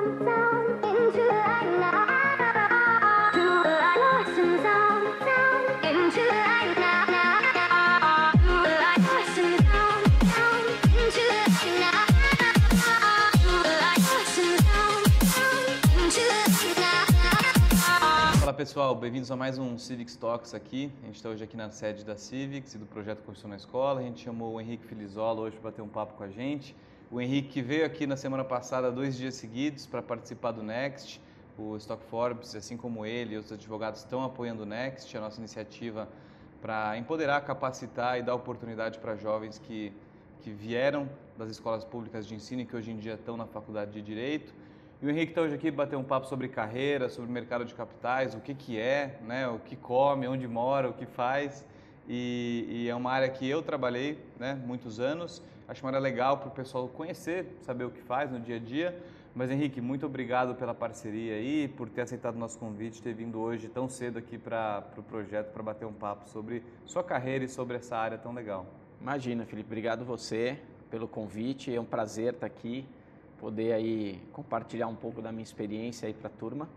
Fala pessoal, bem-vindos a mais um Civics Talks aqui. A gente está hoje aqui na sede da Civics e do projeto Construção na Escola. A gente chamou o Henrique Filizola hoje para bater um papo com a gente. O Henrique veio aqui na semana passada 2 dias seguidos para participar do Next. O Stock Forbes, assim como ele e outros advogados, estão apoiando o Next, a nossa iniciativa para empoderar, capacitar e dar oportunidade para jovens que vieram das escolas públicas de ensino e que hoje em dia estão na faculdade de Direito. E o Henrique está hoje aqui para bater um papo sobre carreira, sobre mercado de capitais, o que é, né, o que come, onde mora, o que faz. E é uma área que eu trabalhei, né, muitos anos. Acho uma área legal para o pessoal conhecer, saber o que faz no dia a dia. Mas, Henrique, muito obrigado pela parceria aí, por ter aceitado o nosso convite, ter vindo hoje tão cedo aqui para o projeto, para bater um papo sobre sua carreira e sobre essa área tão legal. Imagina, Felipe, obrigado você pelo convite. É um prazer estar aqui, poder aí compartilhar um pouco da minha experiência aí para a turma.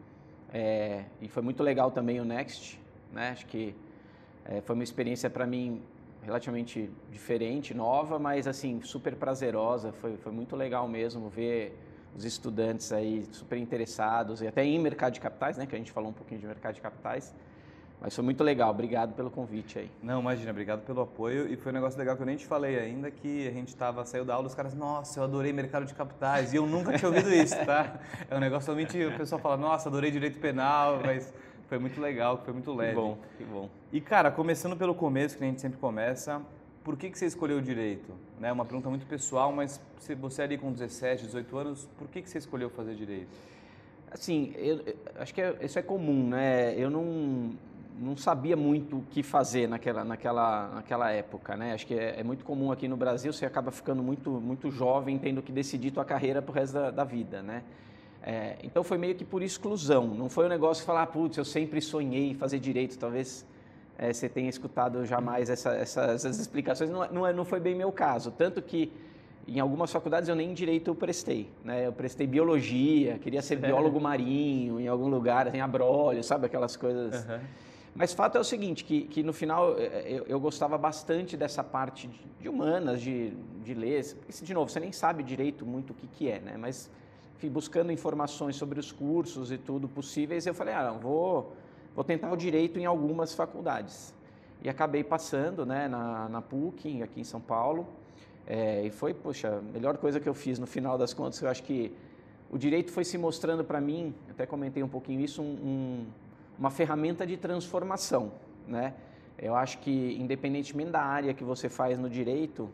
E foi muito legal também o Next, né? Acho que foi uma experiência para mim relativamente diferente, nova, mas assim, super prazerosa. Foi muito legal mesmo ver os estudantes aí super interessados, e até em mercado de capitais, né? Que a gente falou um pouquinho de mercado de capitais. Mas foi muito legal, obrigado pelo convite aí. Não, imagina, obrigado pelo apoio. E foi um negócio legal que eu nem te falei ainda, que a gente saiu da aula, os caras, nossa, eu adorei mercado de capitais. E eu nunca tinha ouvido isso, tá? É um negócio somente, o pessoal fala, nossa, adorei direito penal, mas foi muito legal, foi muito leve. Que bom, que bom. E cara, começando pelo começo, que a gente sempre começa, por que você escolheu direito? Né? Uma pergunta muito pessoal, mas você ali com 17, 18 anos, por que você escolheu fazer direito? Assim, eu acho que isso é comum, né? Eu não sabia muito o que fazer naquela época, né? Acho que é muito comum aqui no Brasil, você acaba ficando muito jovem, tendo que decidir tua carreira pro resto da vida, né? Então foi meio que por exclusão, não foi um negócio de falar, putz, eu sempre sonhei em fazer direito, talvez você tenha escutado jamais essas explicações, não foi bem meu caso, tanto que em algumas faculdades eu nem direito eu prestei, né? Eu prestei biologia, queria ser biólogo marinho em algum lugar, assim, abrolho, sabe, aquelas coisas... Uhum. Mas fato é o seguinte, que no final eu gostava bastante dessa parte de humanas, de ler, porque, de novo, você nem sabe direito muito o que é, né? Mas, enfim, buscando informações sobre os cursos e tudo possíveis, eu falei, vou tentar o direito em algumas faculdades. E acabei passando, né, na PUC, aqui em São Paulo, e foi, poxa, a melhor coisa que eu fiz no final das contas. Eu acho que o direito foi se mostrando para mim, até comentei um pouquinho isso, uma ferramenta de transformação, né? Eu acho que, independentemente da área que você faz no direito,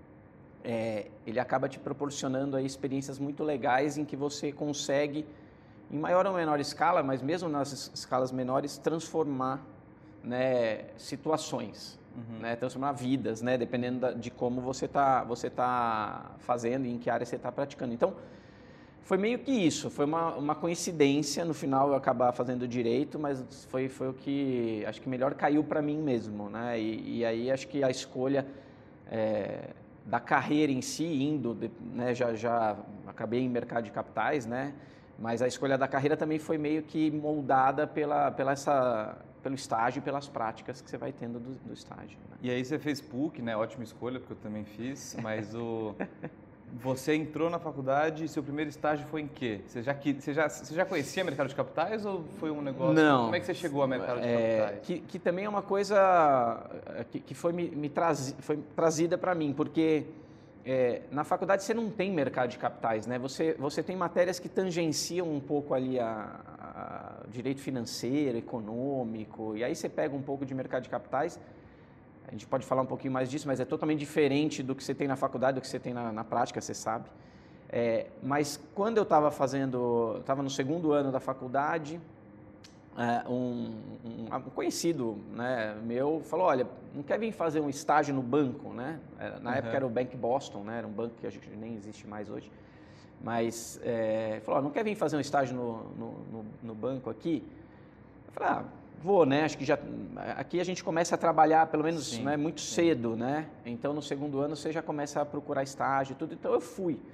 ele acaba te proporcionando aí experiências muito legais em que você consegue, em maior ou menor escala, mas mesmo nas escalas menores, transformar, né, situações, né, transformar vidas, né, dependendo de como você tá fazendo e em que área você está praticando. Então, foi meio que isso, foi uma coincidência no final eu acabar fazendo direito, mas foi o que acho que melhor caiu para mim mesmo, né? E aí acho que a escolha da carreira em si, né, já acabei em mercado de capitais, né? Mas a escolha da carreira também foi meio que moldada pelo estágio e pelas práticas que você vai tendo do estágio, né? E aí você fez PUC, né? Ótima escolha, porque eu também fiz, mas você entrou na faculdade e seu primeiro estágio foi em quê? Você já conhecia mercado de capitais ou foi um negócio... Não. Como é que você chegou ao mercado de capitais? Que também é uma coisa que foi trazida para mim, porque na faculdade você não tem mercado de capitais, né? Você tem matérias que tangenciam um pouco ali a direito financeiro, econômico, e aí você pega um pouco de mercado de capitais. A gente pode falar um pouquinho mais disso, mas é totalmente diferente do que você tem na faculdade, do que você tem na prática, você sabe. Mas quando eu estava no segundo ano da faculdade, um conhecido, né, meu falou, olha, não quer vir fazer um estágio no banco, né? Na época era o Bank Boston, né? Era um banco que a gente nem existe mais hoje. Mas falou, não quer vir fazer um estágio no banco aqui? Eu falei, vou, né? Acho que aqui a gente começa a trabalhar pelo menos, né, muito cedo, né? Então no segundo ano você já começa a procurar estágio e tudo. Então eu fui.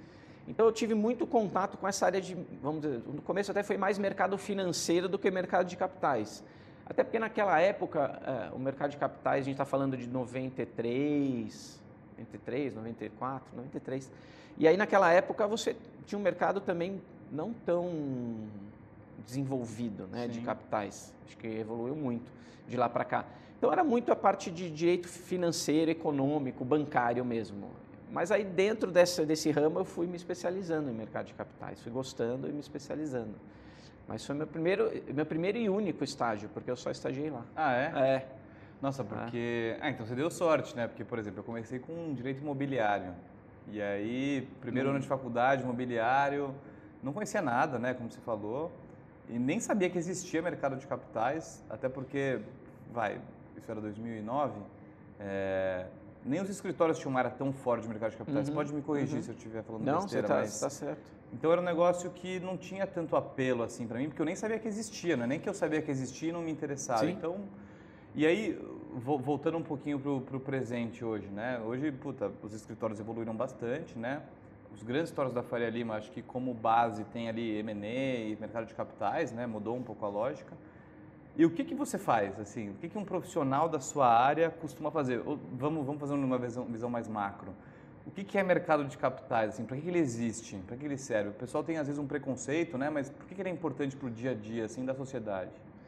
Então eu tive muito contato com essa área de, vamos dizer, no começo até foi mais mercado financeiro do que mercado de capitais. Até porque naquela época, o mercado de capitais, a gente está falando de 93, 94, 93. E aí naquela época você tinha um mercado também não tão desenvolvido, né, de capitais. Acho que evoluiu muito de lá para cá. Então era muito a parte de direito financeiro, econômico, bancário mesmo. Mas aí dentro desse ramo eu fui me especializando em mercado de capitais, fui gostando e me especializando. Mas foi meu primeiro e único estágio, porque eu só estagiei lá. Ah, é? É. Nossa, porque... então você deu sorte, né? Porque, por exemplo, eu comecei com direito imobiliário. E aí, primeiro ano de faculdade, imobiliário, não conhecia nada, né? Como você falou. E nem sabia que existia mercado de capitais, até porque, isso era 2009, nem os escritórios tinham uma área tão forte de mercado de capitais. Você pode me corrigir se eu estiver falando besteira, Não, mas... você está certo. Então era um negócio que não tinha tanto apelo assim para mim, porque eu nem sabia que existia, não é nem que eu sabia que existia e não me interessava. Sim. Então, e aí, voltando um pouquinho pro presente hoje, né? Hoje, os escritórios evoluíram bastante, né? Os grandes escritórios da Faria Lima, acho que como base tem ali M&A e mercado de capitais, né? Mudou um pouco a lógica. E o que você faz, assim? O que um profissional da sua área costuma fazer? Vamos fazer uma visão mais macro. O que é mercado de capitais? Assim, para que ele existe? Para que ele serve? O pessoal tem às vezes um preconceito, né? Mas por que ele é importante para o dia a dia assim, da sociedade?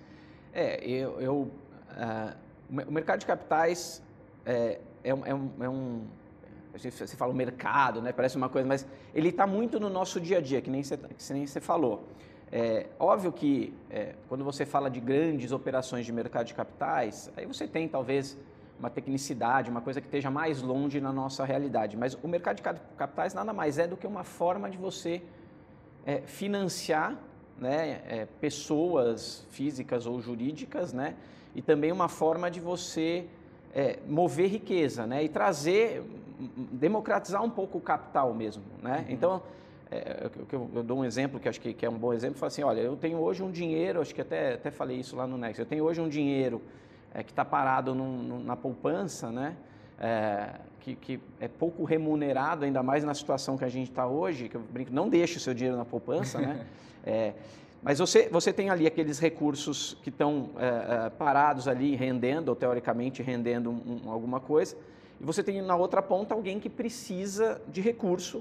O mercado de capitais você fala o mercado, né? Parece uma coisa, mas ele está muito no nosso dia a dia, que nem você falou. Óbvio que quando você fala de grandes operações de mercado de capitais, aí você tem talvez uma tecnicidade, uma coisa que esteja mais longe na nossa realidade. Mas o mercado de capitais nada mais é do que uma forma de você financiar, né, pessoas físicas ou jurídicas, né, e também uma forma de você mover riqueza, né, e democratizar um pouco o capital mesmo, né? Então, eu dou um exemplo que acho que é um bom exemplo, falo assim, olha, eu tenho hoje um dinheiro, acho que até falei isso lá no Next, eu tenho hoje um dinheiro que está parado na poupança, né? Que é pouco remunerado, ainda mais na situação que a gente está hoje, que eu brinco, não deixe o seu dinheiro na poupança, né? Mas você tem ali aqueles recursos que estão parados ali, rendendo, ou teoricamente rendendo alguma coisa, e você tem na outra ponta alguém que precisa de recurso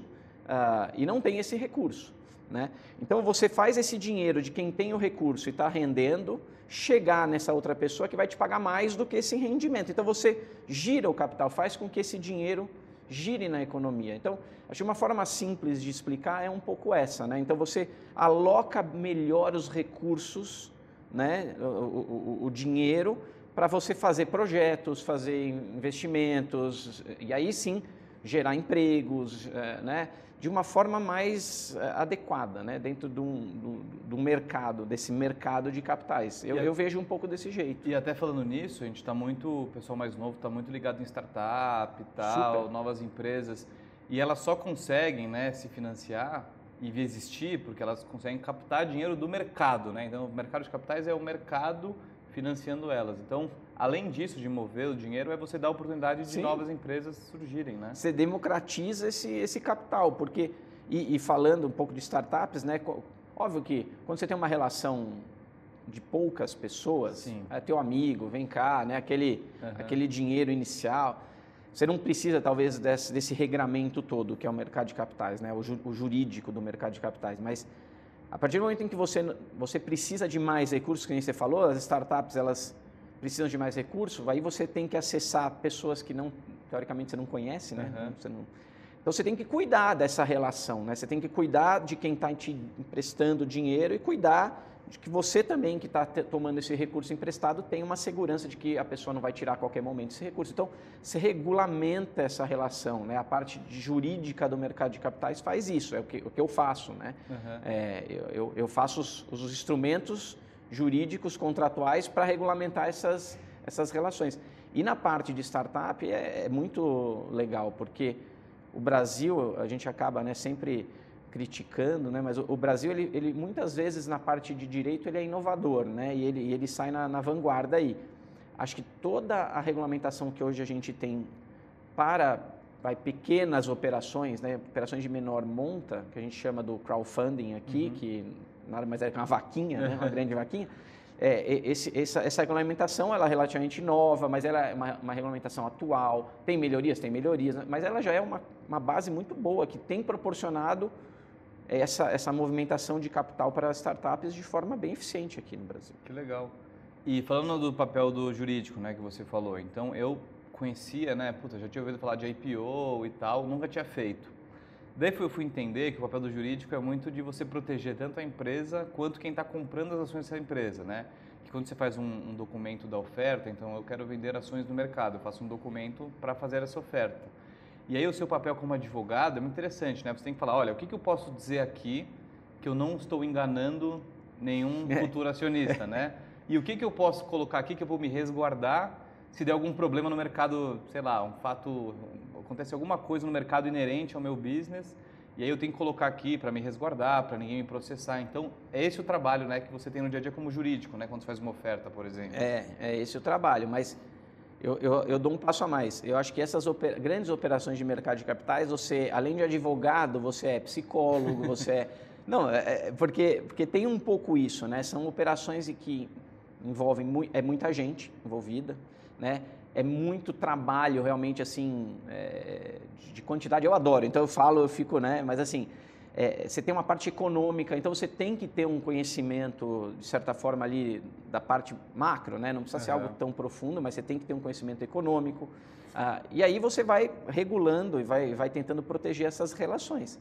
e não tem esse recurso, né? Então você faz esse dinheiro de quem tem o recurso e está rendendo chegar nessa outra pessoa que vai te pagar mais do que esse rendimento. Então você gira o capital, faz com que esse dinheiro gire na economia. Então, acho que uma forma simples de explicar é um pouco essa, né? Então você aloca melhor os recursos, né? O dinheiro para você fazer projetos, fazer investimentos e aí sim gerar empregos, né? De uma forma mais adequada, né? Dentro do mercado, desse mercado de capitais. Eu vejo um pouco desse jeito. E até falando nisso, a gente está o pessoal mais novo está muito ligado em startup e tal, super. Novas empresas, e elas só conseguem, né, se financiar e existir porque elas conseguem captar dinheiro do mercado, né? Então, o mercado de capitais é o mercado financiando elas. Então, além disso, de mover o dinheiro, é você dar a oportunidade de Sim. novas empresas surgirem, né? Você democratiza esse capital, porque, e falando um pouco de startups, né? Óbvio que quando você tem uma relação de poucas pessoas, teu amigo, vem cá, né? Aquele dinheiro inicial, você não precisa talvez desse regramento todo, que é o mercado de capitais, né? O jurídico do mercado de capitais, mas a partir do momento em que você precisa de mais recursos, que nem você falou, as startups, elas precisam de mais recursos, aí você tem que acessar pessoas que teoricamente você não conhece, né? Então você tem que cuidar dessa relação, né? Você tem que cuidar de quem está te emprestando dinheiro e cuidar de que você também, que está tomando esse recurso emprestado, tem uma segurança de que a pessoa não vai tirar a qualquer momento esse recurso. Então, você regulamenta essa relação, né? A parte jurídica do mercado de capitais faz isso, é o que eu faço, né? Eu faço os instrumentos jurídicos, contratuais, para regulamentar essas relações. E na parte de startup é muito legal, porque o Brasil, a gente acaba, né, sempre criticando, né, mas o Brasil, ele muitas vezes na parte de direito ele é inovador, né, e ele sai na vanguarda aí. Acho que toda a regulamentação que hoje a gente tem para pequenas operações, né, operações de menor monta, que a gente chama do crowdfunding aqui, que nada mais é que uma vaquinha, né, uma grande vaquinha. Essa regulamentação ela é relativamente nova, mas ela é uma regulamentação atual, tem melhorias, né, mas ela já é uma base muito boa, que tem proporcionado essa movimentação de capital para startups de forma bem eficiente aqui no Brasil. Que legal. E falando do papel do jurídico, né, que você falou, então eu conhecia, né, já tinha ouvido falar de IPO e tal, nunca tinha feito. Daí eu fui entender que o papel do jurídico é muito de você proteger tanto a empresa quanto quem está comprando as ações dessa empresa, né? Que quando você faz um documento da oferta, então eu quero vender ações no mercado, eu faço um documento para fazer essa oferta. E aí o seu papel como advogado é muito interessante, né? Você tem que falar, olha, o que eu posso dizer aqui que eu não estou enganando nenhum futuro acionista, né? E o que eu posso colocar aqui que eu vou me resguardar se der algum problema no mercado, sei lá, acontece alguma coisa no mercado inerente ao meu business, e aí eu tenho que colocar aqui para me resguardar, para ninguém me processar. Então, é esse o trabalho, né, que você tem no dia a dia como jurídico, né, quando você faz uma oferta, por exemplo. É esse o trabalho, mas eu dou um passo a mais. Eu acho que essas grandes operações de mercado de capitais, você, além de advogado, você é psicólogo, você é... Não, porque tem um pouco isso, né, são operações que envolvem muita gente envolvida, né? É muito trabalho realmente assim, de quantidade, eu adoro, então eu fico, né? Mas assim, você tem uma parte econômica, então você tem que ter um conhecimento, de certa forma ali, da parte macro, né? Não precisa ser algo tão profundo, mas você tem que ter um conhecimento econômico, e aí você vai regulando e vai tentando proteger essas relações.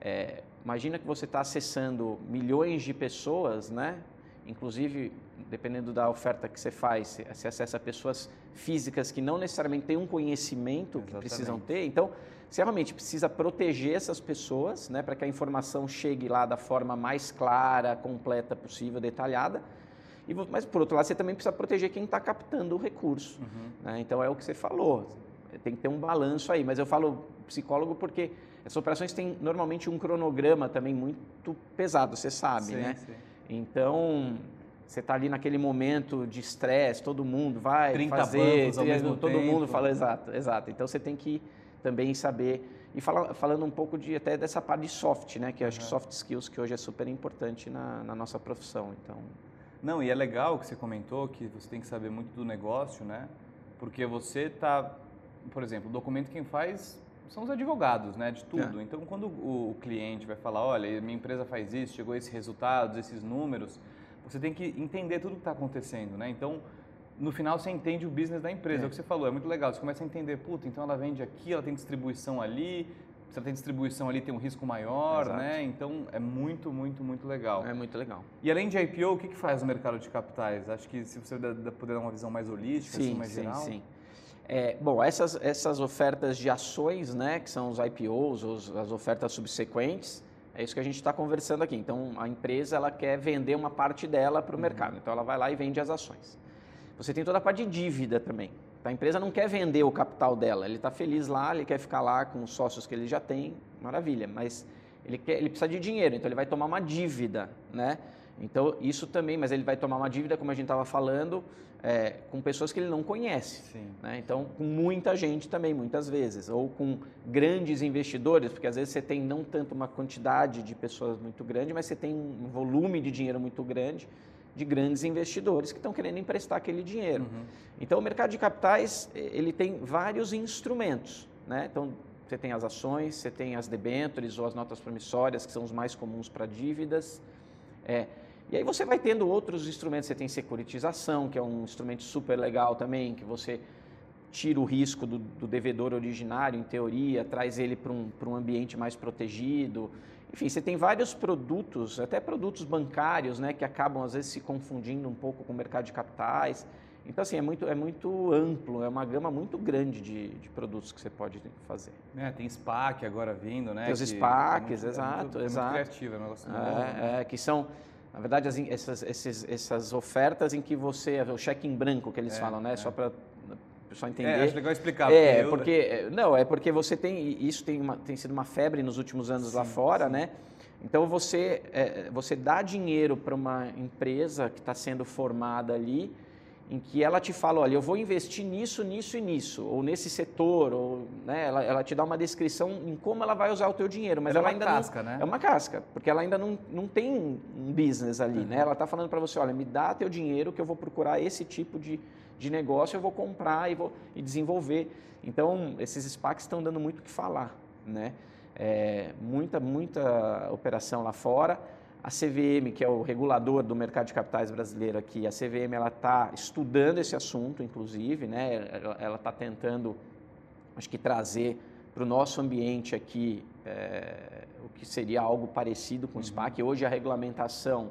Imagina que você está acessando milhões de pessoas, né? Inclusive, dependendo da oferta que você faz, você acessa pessoas físicas que não necessariamente têm um conhecimento que precisam ter. Então, você realmente precisa proteger essas pessoas, né, para que a informação chegue lá da forma mais clara, completa possível, detalhada. Mas, por outro lado, você também precisa proteger quem está captando o recurso. Né? Então, é o que você falou. Tem que ter um balanço aí. Mas eu falo psicólogo porque essas operações têm normalmente um cronograma também muito pesado, você sabe, né? Sim. Então, você está ali naquele momento de estresse, todo mundo vai 30 fazer, bancos ao mesmo todo tempo. mundo fala, exato. Então, você tem que também saber, e falando um pouco até dessa parte de soft, né? Que eu acho que soft skills, que hoje é super importante na nossa profissão, então... Não, e é legal que você comentou que você tem que saber muito do negócio, né? Porque você está, por exemplo, o documento quem faz são os advogados, né, de tudo. Então, quando o cliente vai falar, olha, minha empresa faz isso, chegou a esses resultados, esses números, você tem que entender tudo o que está acontecendo, né? Então, no final, você entende o business da empresa. É o que você falou, é muito legal. Você começa a entender, então ela vende aqui, ela tem distribuição ali, se ela tem distribuição ali, tem um risco maior, né? Então, é muito, muito, muito legal. É muito legal. E além de IPO, o que faz no mercado de capitais? Acho que se você puder dar uma visão mais holística, assim, mais geral. Sim. Bom, essas ofertas de ações, né, que são os IPOs, as ofertas subsequentes, é isso que a gente está conversando aqui. Então, a empresa ela quer vender uma parte dela para o mercado, então ela vai lá e vende as ações. Você tem toda a parte de dívida também. A empresa não quer vender o capital dela, ele está feliz lá, ele quer ficar lá com os sócios que ele já tem, maravilha, mas ele precisa de dinheiro, então ele vai tomar uma dívida, né? Então, isso também, mas ele vai tomar uma dívida, como a gente estava falando, com pessoas que ele não conhece. Né? Então, com muita gente também, muitas vezes. Ou com grandes investidores, porque às vezes você tem não tanto uma quantidade de pessoas muito grande, mas você tem um volume de dinheiro muito grande de grandes investidores que estão querendo emprestar aquele dinheiro. Então, o mercado de capitais, ele tem vários instrumentos. Né? Então, você tem as ações, você tem as debêntures ou as notas promissórias, que são os mais comuns para dívidas. E aí você vai tendo outros instrumentos, você tem securitização, que é um instrumento super legal também, que você tira o risco do devedor originário, em teoria, traz ele para um ambiente mais protegido. Enfim, você tem vários produtos, até produtos bancários, né, que acabam às vezes se confundindo um pouco com o mercado de capitais. Então, assim, é muito amplo, é uma gama muito grande de produtos que você pode fazer. Tem SPAC agora vindo, né? Tem os SPACs, exato. Muito criativo, é um negócio novo. Que são, na verdade, essas ofertas em que você, o cheque em branco que eles falam, né? Só para o pessoal entender. Acho legal explicar. Porque você tem, isso tem sido uma febre nos últimos anos lá fora, né? Então, você dá dinheiro para uma empresa que está sendo formada ali, em que ela te fala, olha, eu vou investir nisso, nisso e nisso, ou nesse setor, ou, né, ela te dá uma descrição em como ela vai usar o teu dinheiro, mas ela ainda não... É uma casca, né? É uma casca, porque ela ainda não tem um business ali, né? Ela está falando para você, olha, me dá teu dinheiro que eu vou procurar esse tipo de negócio, eu vou comprar e desenvolver. Então, esses SPACs estão dando muito o que falar, né? Muita operação lá fora. A CVM, que é o regulador do mercado de capitais brasileiro aqui, a CVM ela está estudando esse assunto, inclusive, né? Ela está tentando, acho que, trazer para o nosso ambiente aqui o que seria algo parecido com o SPAC. Hoje a regulamentação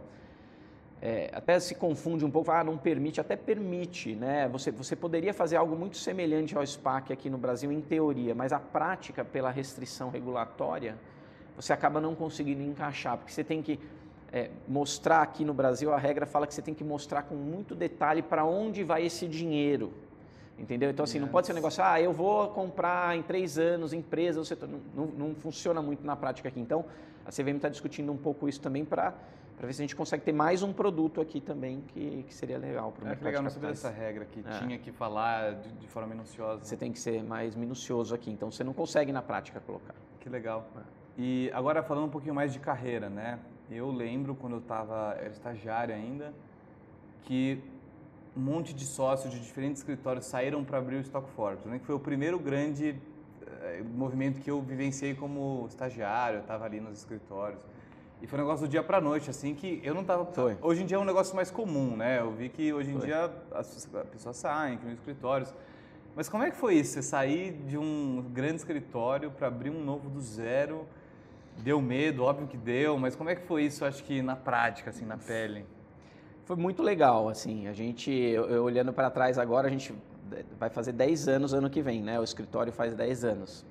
até se confunde um pouco, não permite, até permite, né? Você poderia fazer algo muito semelhante ao SPAC aqui no Brasil, em teoria, mas a prática, pela restrição regulatória, você acaba não conseguindo encaixar, porque você tem que mostrar aqui no Brasil, a regra fala que você tem que mostrar com muito detalhe para onde vai esse dinheiro, entendeu? Então, assim, não pode ser um negócio, eu vou comprar em 3 anos, empresa, o setor, não funciona muito na prática aqui. Então, a CVM está discutindo um pouco isso também para ver se a gente consegue ter mais um produto aqui também que seria legal para o mercado. Legal, não sabia dessa regra que tinha que falar de forma minuciosa. Você tem que ser mais minucioso aqui, então você não consegue na prática colocar. Que legal. E agora falando um pouquinho mais de carreira, né? Eu lembro quando eu era estagiário ainda, que um monte de sócios de diferentes escritórios saíram para abrir o Stock Forbes, né? Que foi o primeiro grande movimento que eu vivenciei como estagiário, eu estava ali nos escritórios. E foi um negócio do dia para a noite, assim, que eu não estava... Hoje em dia é um negócio mais comum, né? Eu vi que hoje em dia as pessoas saem, que nos escritórios. Mas como é que foi isso? Você sair de um grande escritório para abrir um novo do zero? Deu medo, óbvio que deu, mas como é que foi isso, acho que na prática, assim, na pele? Foi muito legal, assim, eu olhando para trás agora, a gente vai fazer 10 anos ano que vem, né? O escritório faz 10 anos.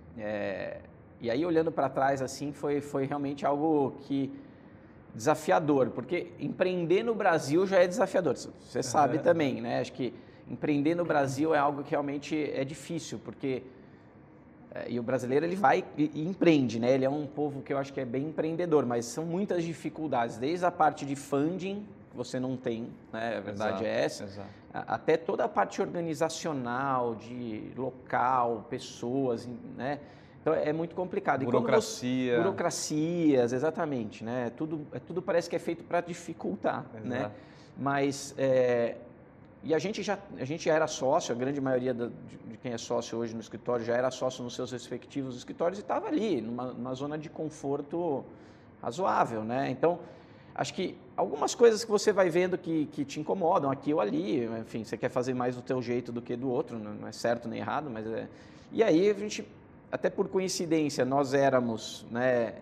E aí, olhando para trás, assim, foi realmente algo desafiador, porque empreender no Brasil já é desafiador, você sabe também, né? Acho que empreender no Brasil é algo que realmente é difícil, porque... E o brasileiro, ele vai e empreende, né? Ele é um povo que eu acho que é bem empreendedor, mas são muitas dificuldades, desde a parte de funding, que você não tem, né? A verdade é essa, até toda a parte organizacional, de local, pessoas, né? Então, é muito complicado. Burocracia. Burocracias, exatamente, né? Tudo parece que é feito para dificultar, né? Mas... E a gente já era sócio, a grande maioria de quem é sócio hoje no escritório já era sócio nos seus respectivos escritórios e estava ali, numa zona de conforto razoável, né? Então, acho que algumas coisas que você vai vendo que te incomodam aqui ou ali, enfim, você quer fazer mais do teu jeito do que do outro, não é certo nem errado, mas E aí a gente, até por coincidência, nós éramos, né,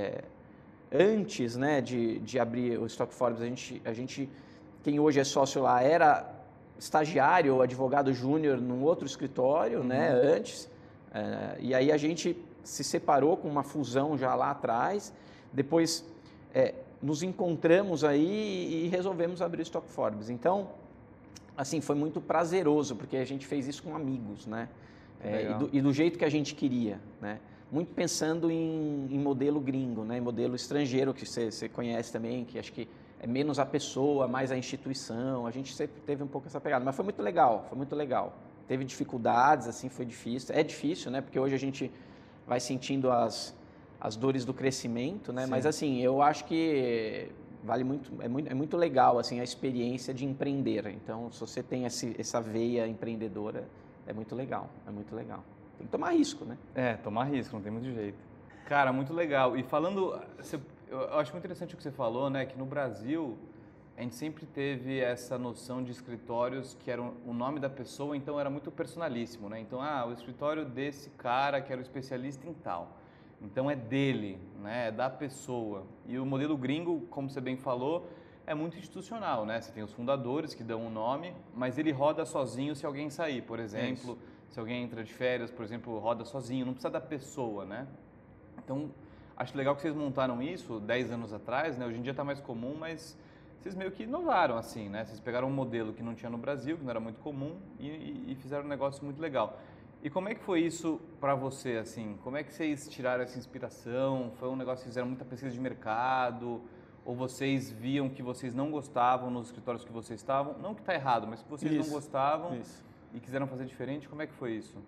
antes, né, de abrir o Stock Forbes, a gente, quem hoje é sócio lá era estagiário ou advogado júnior num outro escritório, né, antes, e aí a gente se separou com uma fusão já lá atrás, depois nos encontramos aí e resolvemos abrir o Stock Forbes. Então, assim, foi muito prazeroso, porque a gente fez isso com amigos, né, e do jeito que a gente queria, né, muito pensando em modelo gringo, né, em modelo estrangeiro, que você conhece também, que acho que é menos a pessoa, mais a instituição. A gente sempre teve um pouco essa pegada, mas foi muito legal, foi muito legal. Teve dificuldades, assim, foi difícil. É difícil, né? Porque hoje a gente vai sentindo as dores do crescimento, né? Sim. Mas, assim, eu acho que vale muito, é muito legal, assim, a experiência de empreender. Então, se você tem essa veia empreendedora, é muito legal, é muito legal. Tem que tomar risco, né? Tomar risco, não tem muito jeito. Cara, muito legal. E falando... Eu acho muito interessante o que você falou, né? Que no Brasil, a gente sempre teve essa noção de escritórios que era o nome da pessoa, então era muito personalíssimo, né? Então, o escritório desse cara que era o especialista em tal. Então, é dele, né? É da pessoa. E o modelo gringo, como você bem falou, é muito institucional, né? Você tem os fundadores que dão o nome, mas ele roda sozinho se alguém sair, por exemplo. Se alguém entra de férias, por exemplo, roda sozinho, não precisa da pessoa, né? Então... Acho legal que vocês montaram isso 10 anos atrás, né? Hoje em dia está mais comum, mas vocês meio que inovaram, assim, né? Vocês pegaram um modelo que não tinha no Brasil, que não era muito comum, e fizeram um negócio muito legal. E como é que foi isso para você, assim? Como é que vocês tiraram essa inspiração? Foi um negócio que fizeram muita pesquisa de mercado? Ou vocês viam que vocês não gostavam nos escritórios que vocês estavam? Não que está errado, mas que vocês não gostavam e quiseram fazer diferente? Como é que foi isso?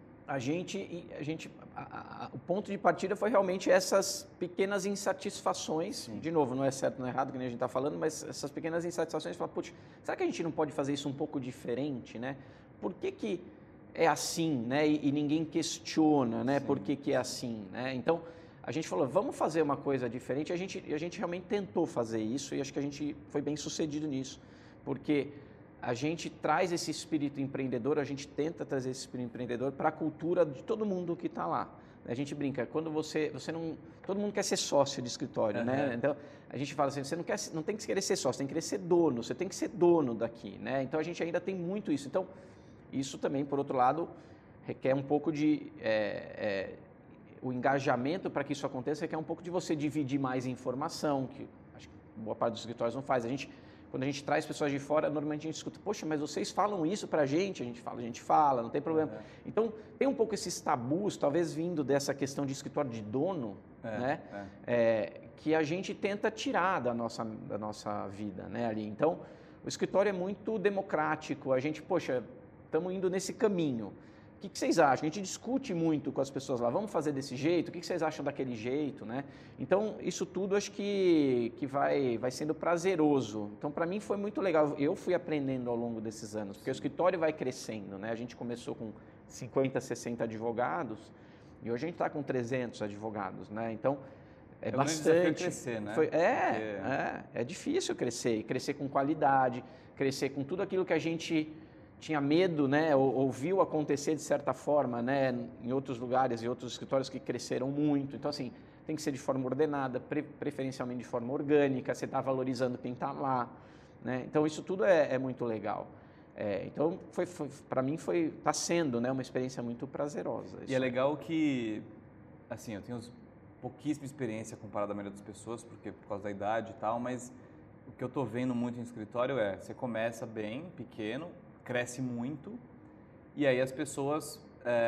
O ponto de partida foi realmente essas pequenas insatisfações. Sim. De novo, não é certo, não é errado, que nem a gente está falando, mas essas pequenas insatisfações, falar, putz, será que a gente não pode fazer isso um pouco diferente, né? Por que é assim, né? E ninguém questiona, né? Por que é assim, né? Então, a gente falou, vamos fazer uma coisa diferente. A gente realmente tentou fazer isso e acho que a gente foi bem sucedido nisso, porque a gente traz esse espírito empreendedor, a gente tenta trazer esse espírito empreendedor para a cultura de todo mundo que está lá. A gente brinca, quando você não... Todo mundo quer ser sócio de escritório, né? Então, a gente fala assim, você não tem que querer ser sócio, tem que querer ser dono, você tem que ser dono daqui, né? Então, a gente ainda tem muito isso. Então, isso também, por outro lado, requer um pouco de... o engajamento para que isso aconteça requer um pouco de você dividir mais informação, que acho que boa parte dos escritórios não faz. Quando a gente traz pessoas de fora, normalmente a gente escuta, poxa, mas vocês falam isso para a gente gente fala, não tem problema. Então, tem um pouco esses tabus, talvez vindo dessa questão de escritório de dono, né? Que a gente tenta tirar da nossa vida, né, ali. Então, o escritório é muito democrático, a gente, poxa, estamos indo nesse caminho. O que vocês acham? A gente discute muito com as pessoas lá, vamos fazer desse jeito? O que vocês acham daquele jeito, né? Então, isso tudo acho que vai sendo prazeroso. Então, para mim foi muito legal. Eu fui aprendendo ao longo desses anos, porque o escritório vai crescendo, né? A gente começou com 50, 60 advogados e hoje a gente está com 300 advogados, né? Então, é bastante. Crescer, né? É difícil crescer, e crescer com qualidade, crescer com tudo aquilo que a gente tinha medo, né, ou viu acontecer de certa forma, né, em outros lugares e outros escritórios que cresceram muito. Então, assim, tem que ser de forma ordenada, preferencialmente de forma orgânica, você está valorizando quem está lá, né? Então, isso tudo é muito legal. Então, para mim, está sendo, né, uma experiência muito prazerosa. E é legal que, assim, eu tenho pouquíssima experiência comparada à maioria das pessoas, porque por causa da idade e tal, mas o que eu estou vendo muito em escritório você começa bem, pequeno, cresce muito, e aí as pessoas,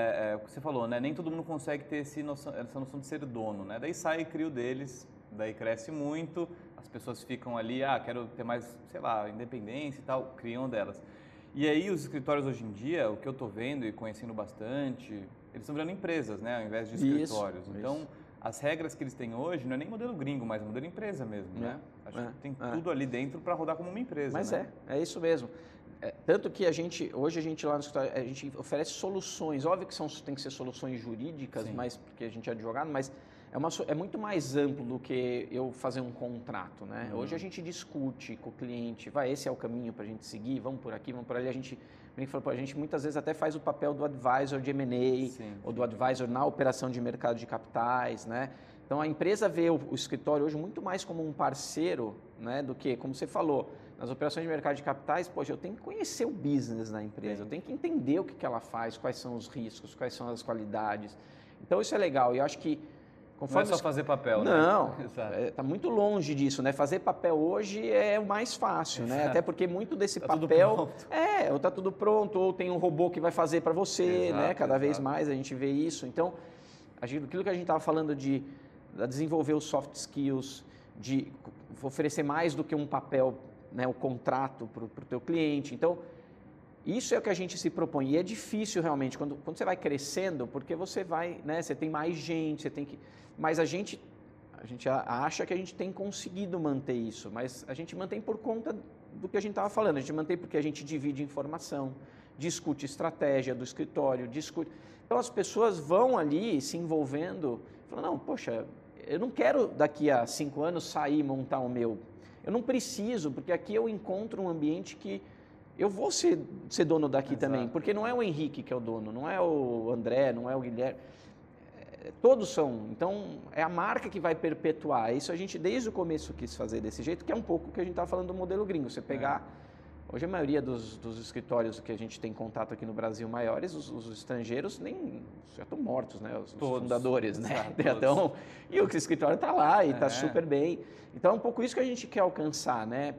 o que você falou, né? Nem todo mundo consegue ter essa noção de ser dono, né? Daí sai e cria o deles, daí cresce muito, as pessoas ficam ali, quero ter mais, sei lá, independência e tal, criam delas. E aí os escritórios hoje em dia, o que eu estou vendo e conhecendo bastante, eles estão virando empresas, né? Ao invés de escritórios. Então, as regras que eles têm hoje não é nem modelo gringo, mas modelo empresa mesmo, né? Acho que tem tudo ali dentro para rodar como uma empresa, mas né? É isso mesmo. Tanto que hoje a gente lá no escritório, a gente oferece soluções, óbvio que tem que ser soluções jurídicas, mas porque a gente é advogado, mas é muito mais amplo do que eu fazer um contrato, né? Hoje a gente discute com o cliente, esse é o caminho para a gente seguir, vamos por aqui, vamos por ali, a gente muitas vezes até faz o papel do advisor de M&A, ou do advisor na operação de mercado de capitais, né? Então a empresa vê o escritório hoje muito mais como um parceiro, né, do que, como você falou, nas operações de mercado de capitais, poxa, eu tenho que conhecer o business da empresa, eu tenho que entender o que ela faz, quais são os riscos, quais são as qualidades. Então, isso é legal. E eu acho que... Não é só fazer papel, né? Não, está muito longe disso, né? Fazer papel hoje é o mais fácil, né? Até porque muito desse papel... ou está tudo pronto, ou tem um robô que vai fazer para você, né? Cada vez mais a gente vê isso. Então, aquilo que a gente estava falando de desenvolver os soft skills, de oferecer mais do que um papel, né, o contrato para o teu cliente. Então, isso é o que a gente se propõe. E é difícil realmente, quando você vai crescendo, porque você vai, né, você tem mais gente, você tem que... Mas a gente acha que a gente tem conseguido manter isso, mas a gente mantém por conta do que a gente estava falando. A gente mantém porque a gente divide informação, discute estratégia do escritório, discute... Então, as pessoas vão ali se envolvendo, falando, não, poxa, eu não quero daqui a 5 anos sair e montar o meu. Eu não preciso, porque aqui eu encontro um ambiente que eu vou ser dono daqui também, porque não é o Henrique que é o dono, não é o André, não é o Guilherme, todos são. Então, é a marca que vai perpetuar. Isso a gente, desde o começo, quis fazer desse jeito, que é um pouco o que a gente estava falando do modelo gringo. Você pegar, hoje a maioria dos escritórios que a gente tem contato aqui no Brasil maiores, os estrangeiros já estão mortos, né? Os fundadores, né? Então, e o escritório está lá e está super bem. Então, é um pouco isso que a gente quer alcançar, né?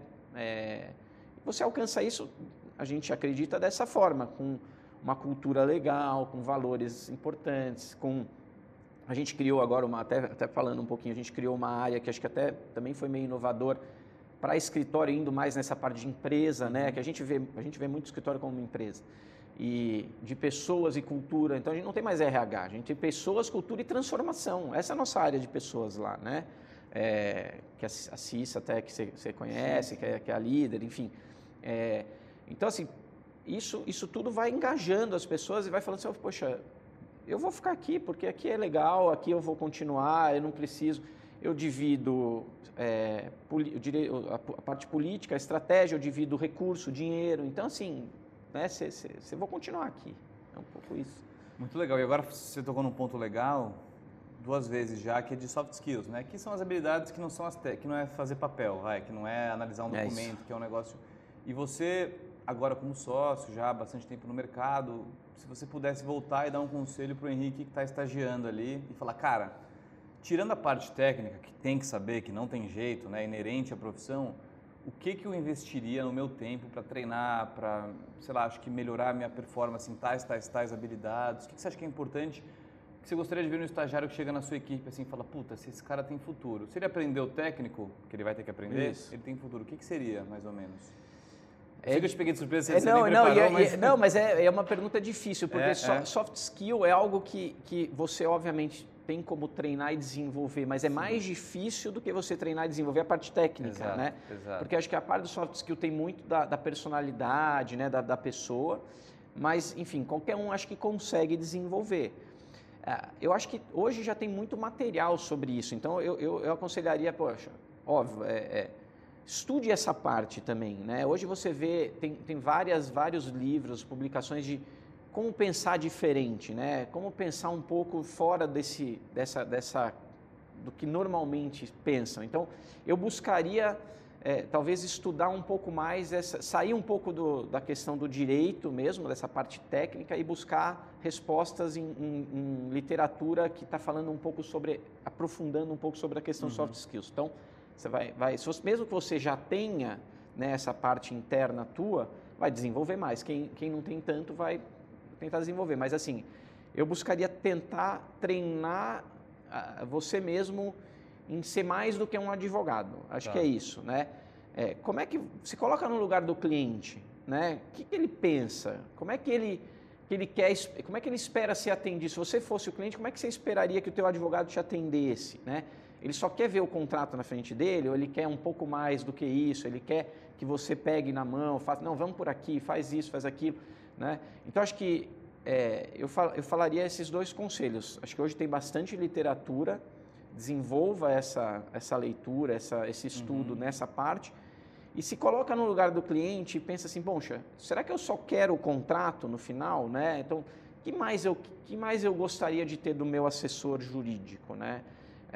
Você alcança isso, a gente acredita dessa forma, com uma cultura legal, com valores importantes, com A gente criou agora, até falando um pouquinho, a gente criou uma área que acho que até também foi meio inovador para escritório, indo mais nessa parte de empresa, né? Que a gente vê muito escritório como uma empresa. E de pessoas e cultura. Então, a gente não tem mais RH, a gente tem pessoas, cultura e transformação. Essa é a nossa área de pessoas lá, né? Que a Cissa até, que você conhece, que é a líder, enfim. Então, assim, isso tudo vai engajando as pessoas e vai falando assim, poxa, eu vou ficar aqui porque aqui é legal, aqui eu vou continuar, eu não preciso... Eu divido a parte política, a estratégia, eu divido o recurso, o dinheiro. Então, assim, né, você vou continuar aqui. É um pouco isso. Muito legal. E agora você tocou num ponto legal, 2 vezes já, que é de soft skills, né? Que são as habilidades que não são que não é fazer papel, que não é analisar um documento, que é um negócio... E você, agora como sócio, já há bastante tempo no mercado, se você pudesse voltar e dar um conselho para o Henrique que está estagiando ali e falar, cara... Tirando a parte técnica, que tem que saber, que não tem jeito, né, inerente à profissão, o que eu investiria no meu tempo para treinar, para, sei lá, acho que melhorar a minha performance em tais habilidades? O que você acha que é importante, que você gostaria de ver no estagiário que chega na sua equipe assim e fala, puta, esse cara tem futuro. Se ele aprender o técnico, que ele vai ter que aprender, ele tem futuro. O que seria, mais ou menos? Sei que eu te peguei de surpresa, você nem preparou, mas... Não, mas é uma pergunta difícil, porque soft skill é algo que você, obviamente, tem como treinar e desenvolver, mas é mais difícil do que você treinar e desenvolver a parte técnica, né? Exato. Porque acho que a parte do soft skill tem muito da personalidade, né, da pessoa, mas, enfim, qualquer um acho que consegue desenvolver. Eu acho que hoje já tem muito material sobre isso, então eu aconselharia, poxa, óbvio, estude essa parte também, né? Hoje você vê, tem vários livros, publicações de como pensar diferente, né? Como pensar um pouco fora do que normalmente pensam. Então, eu buscaria, talvez, estudar um pouco mais, sair um pouco da questão do direito mesmo, dessa parte técnica, e buscar respostas em literatura que está falando um pouco aprofundando um pouco sobre a questão soft skills. Então, você mesmo que você já tenha, né, essa parte interna tua, vai desenvolver mais. Quem não tem tanto vai tentar desenvolver. Mas assim, eu buscaria tentar treinar você mesmo em ser mais do que um advogado. Acho que é isso, né? Como é que se coloca no lugar do cliente, né? O que ele pensa? Como é que ele quer? Como é que ele espera ser atendido? Se você fosse o cliente, como é que você esperaria que o teu advogado te atendesse, né? Ele só quer ver o contrato na frente dele, ou ele quer um pouco mais do que isso? Ele quer que você pegue na mão, faça, não, vamos por aqui, faz isso, faz aquilo, né? Então, acho que eu falaria esses 2 conselhos. Acho que hoje tem bastante literatura, desenvolva essa leitura, esse estudo nessa parte, e se coloca no lugar do cliente e pensa assim, poxa, será que eu só quero o contrato no final, né? Então, que mais eu gostaria de ter do meu assessor jurídico, né?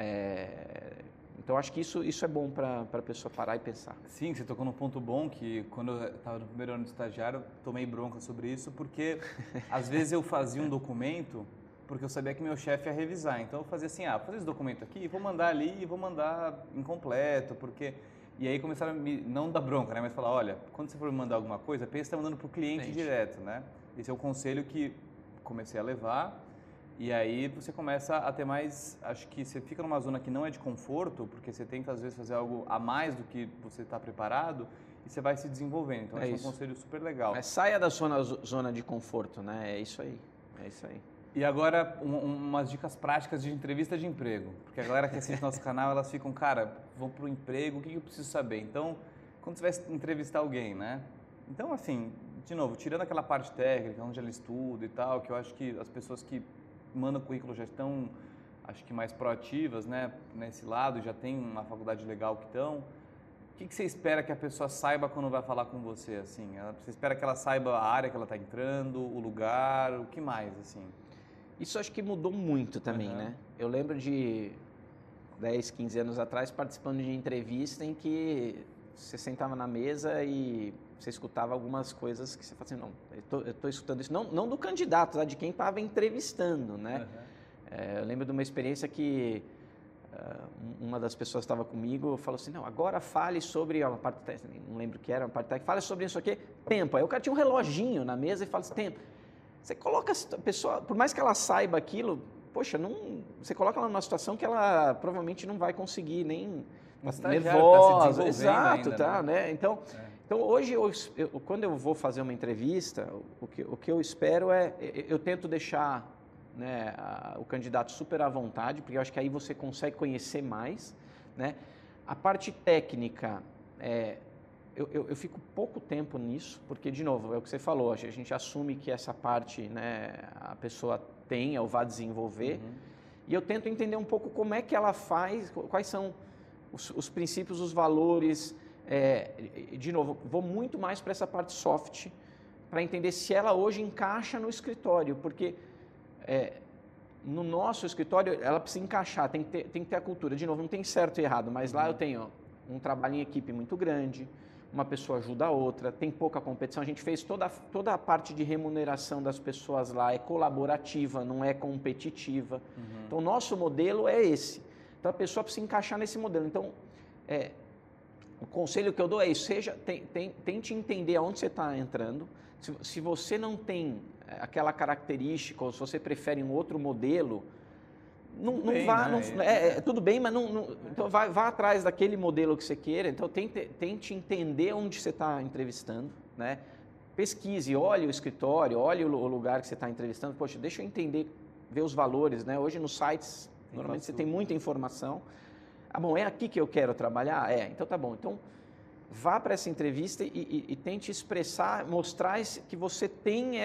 Então, acho que isso é bom para a pessoa parar e pensar. Sim, você tocou num ponto bom, que quando eu estava no primeiro ano de estagiário, eu tomei bronca sobre isso, porque às vezes eu fazia um documento porque eu sabia que meu chefe ia revisar. Então, eu fazia assim, vou fazer esse documento aqui, vou mandar ali e vou mandar incompleto, porque... E aí começaram a não dar bronca, né? Mas falar, olha, quando você for mandar alguma coisa, pensa que está mandando para o cliente direto, né? Esse é o conselho que comecei a levar. E aí você começa a ter mais, acho que você fica numa zona que não é de conforto, porque você tem que às vezes fazer algo a mais do que você está preparado e você vai se desenvolvendo. Então esse é um conselho super legal. Mas saia da zona de conforto, né? É isso aí. E agora umas dicas práticas de entrevista de emprego, porque a galera que assiste nosso canal, elas ficam, cara, vou para o emprego, o que eu preciso saber? Então, quando você vai entrevistar alguém, né? Então, assim, de novo, tirando aquela parte técnica, onde ela estuda e tal, que eu acho que as pessoas que mandam currículo já estão, acho que mais proativas, né, nesse lado, já tem uma faculdade legal que estão. O que você espera que a pessoa saiba quando vai falar com você, assim? Você espera que ela saiba a área que ela está entrando, o lugar, o que mais, assim? Isso acho que mudou muito também, né? Eu lembro de 10, 15 anos atrás participando de entrevista em que você sentava na mesa e você escutava algumas coisas que você fala assim, não, eu estou escutando isso, não do candidato, de quem estava entrevistando, né? Eu lembro de uma experiência que uma das pessoas que estava comigo falou assim, não, agora fale sobre uma parte técnica, não lembro o que era, uma parte técnica, fale sobre isso aqui, tempo. Aí o cara tinha um reloginho na mesa e fala assim, tempo. Você coloca a pessoa, por mais que ela saiba aquilo, poxa, você coloca ela numa situação que ela provavelmente não vai conseguir nem nervosa, exato, ainda, tá, né? Então hoje, quando eu vou fazer uma entrevista, o que eu espero eu tento deixar, né, o candidato super à vontade, porque eu acho que aí você consegue conhecer mais, né? A parte técnica, eu fico pouco tempo nisso, porque, de novo, é o que você falou, a gente assume que essa parte, né, a pessoa tem ou vai desenvolver, e eu tento entender um pouco como é que ela faz, quais são os princípios, os valores. De novo, vou muito mais para essa parte soft, para entender se ela hoje encaixa no escritório, porque no nosso escritório ela precisa encaixar, tem que ter a cultura. De novo, não tem certo e errado, mas lá eu tenho um trabalho em equipe muito grande, uma pessoa ajuda a outra, tem pouca competição. A gente fez toda a parte de remuneração das pessoas lá, é colaborativa, não é competitiva. Então, o nosso modelo é esse. Então, a pessoa precisa encaixar nesse modelo. Então, o conselho que eu dou é isso, tente entender aonde você está entrando. Se você não tem aquela característica, ou se você prefere um outro modelo, tudo bem, mas então vá atrás daquele modelo que você queira. Então tente entender onde você está entrevistando, né? Pesquise, olhe o escritório, olhe o lugar que você está entrevistando. Poxa, deixa eu entender, ver os valores, né? Hoje nos sites, normalmente você tem muita informação. Ah, bom, é aqui que eu quero trabalhar? Então tá bom. Então vá para essa entrevista e tente expressar, mostrar que você tem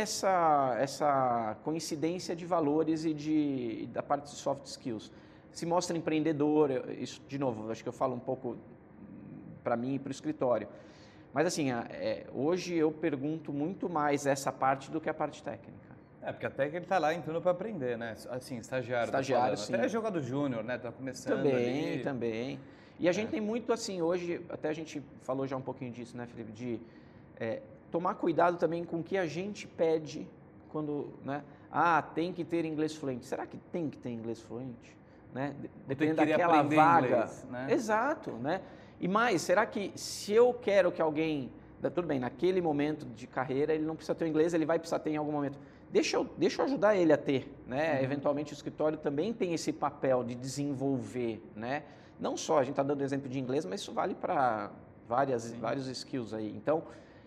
essa coincidência de valores e da parte de soft skills. Se mostra empreendedor, isso, de novo, acho que eu falo um pouco para mim e para o escritório. Mas assim, hoje eu pergunto muito mais essa parte do que a parte técnica. Porque até que ele está lá entrando para aprender, né? Assim, estagiário. Estagiário, sim. Até jogador júnior, né? Está começando ali. Também. E a gente tem muito assim, hoje, até a gente falou já um pouquinho disso, né, Felipe, de tomar cuidado também com o que a gente pede quando, né? Tem que ter inglês fluente. Será que tem que ter inglês fluente? Né? Dependendo daquela vaga. Inglês, né? Exato, né? E mais, será que se eu quero que alguém, tudo bem, naquele momento de carreira ele não precisa ter o inglês, ele vai precisar ter em algum momento. Deixa eu ajudar ele a ter, né? Eventualmente o escritório também tem esse papel de desenvolver, né? Não só, a gente está dando exemplo de inglês, mas isso vale para vários skills aí. Então,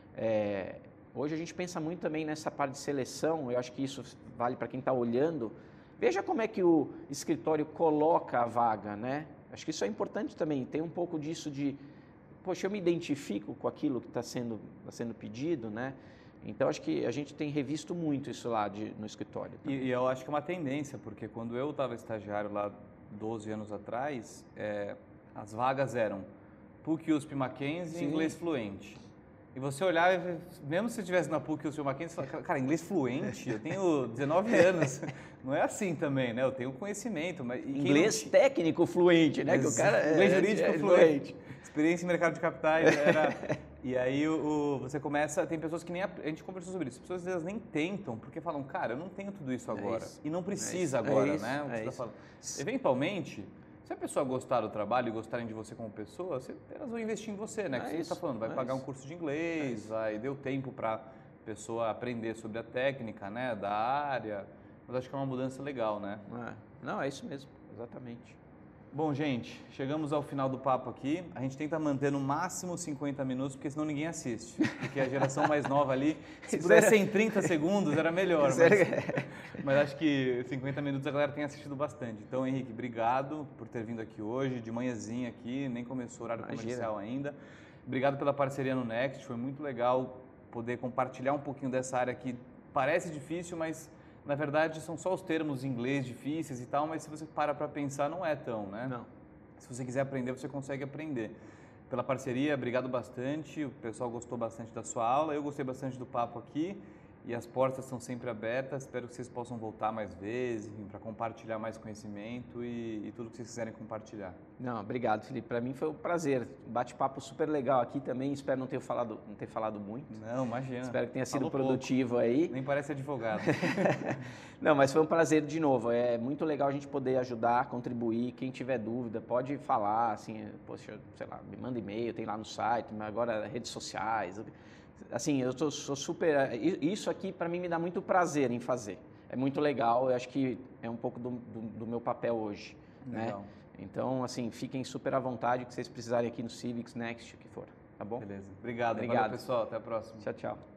hoje a gente pensa muito também nessa parte de seleção, eu acho que isso vale para quem está olhando. Veja como é que o escritório coloca a vaga, né? Acho que isso é importante também, tem um pouco disso de, poxa, eu me identifico com aquilo que está sendo pedido, né? Então, acho que a gente tem revisto muito isso lá no escritório. E eu acho que é uma tendência, porque quando eu estava estagiário lá 12 anos atrás, as vagas eram PUC, USP, Mackenzie e inglês fluente. E você olhava, mesmo se você estivesse na PUC, USP, Mackenzie, você falava, cara, inglês fluente? Eu tenho 19 anos. Não é assim também, né? Eu tenho conhecimento. Mas inglês técnico fluente, né? Que o cara inglês jurídico fluente. Experiência em mercado de capitais era... E aí você começa, tem pessoas que nem, a gente conversou sobre isso, pessoas às vezes nem tentam, porque falam, cara, eu não tenho tudo isso agora. E não precisa agora, né? O que você tá falando. Eventualmente, se a pessoa gostar do trabalho e gostarem de você como pessoa, elas vão investir em você, né? Que você está falando, vai pagar um curso de inglês, deu tempo para a pessoa aprender sobre a técnica, né? Da área. Mas acho que é uma mudança legal, né? Não, é isso mesmo, exatamente. Bom, gente, chegamos ao final do papo aqui. A gente tenta manter no máximo 50 minutos, porque senão ninguém assiste. Porque a geração mais nova ali, se pudesse em 30 segundos, era melhor. Mas acho que 50 minutos a galera tem assistido bastante. Então, Henrique, obrigado por ter vindo aqui hoje, de manhãzinha aqui, nem começou o horário comercial ainda. Obrigado pela parceria no Next, foi muito legal poder compartilhar um pouquinho dessa área que parece difícil, mas... Na verdade, são só os termos em inglês difíceis e tal, mas se você para pensar, não é tão, né? Não. Se você quiser aprender, você consegue aprender. Pela parceria, obrigado bastante. O pessoal gostou bastante da sua aula, eu gostei bastante do papo aqui. E as portas estão sempre abertas. Espero que vocês possam voltar mais vezes, para compartilhar mais conhecimento e tudo que vocês quiserem compartilhar. Não, obrigado, Felipe. Para mim foi um prazer. Bate-papo super legal aqui também. Espero não ter falado muito. Não, imagina. Espero que tenha sido produtivo pouco. Aí. Nem parece advogado. Não, mas foi um prazer de novo. É muito legal a gente poder ajudar, contribuir. Quem tiver dúvida, pode falar, assim, poxa, sei lá, me manda e-mail, tem lá no site, mas agora redes sociais. Assim, eu sou super... Isso aqui, para mim, me dá muito prazer em fazer. é muito legal. Eu acho que é um pouco do meu papel hoje, Legal. né? Então, assim, fiquem super à vontade que vocês precisarem aqui no Civics, Next, o que for, tá bom? Beleza. Obrigado. Obrigado. Valeu, pessoal. Até a próxima. Tchau, tchau.